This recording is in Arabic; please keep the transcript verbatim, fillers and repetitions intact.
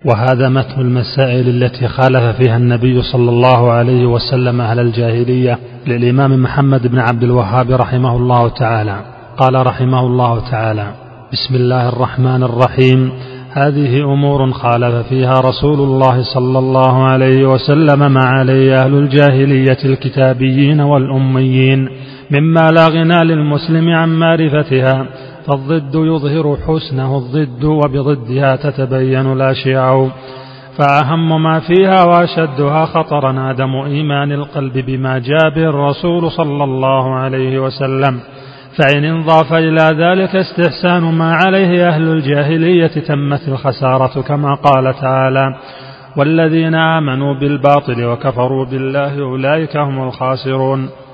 وهذا متن المسائل التي خالف فيها النبي صلى الله عليه وسلم أهل الجاهلية للإمام محمد بن عبد الوهاب رحمه الله تعالى. قال رحمه الله تعالى: بسم الله الرحمن الرحيم. هذه أمور خالف فيها رسول الله صلى الله عليه وسلم ما عليه أهل الجاهلية الكتابيين والأميين، مما لا غنى للمسلم عن معرفتها، فالضد يظهر حسنه الضد، وبضدها تتبين الأشياء. فأهم ما فيها وأشدها خطرا عدم إيمان القلب بما جاء به الرسول صلى الله عليه وسلم، فإن انضاف إلى ذلك استحسان ما عليه أهل الجاهلية تمت الخسارة، كما قال تعالى: والذين آمنوا بالباطل وكفروا بالله أولئك هم الخاسرون.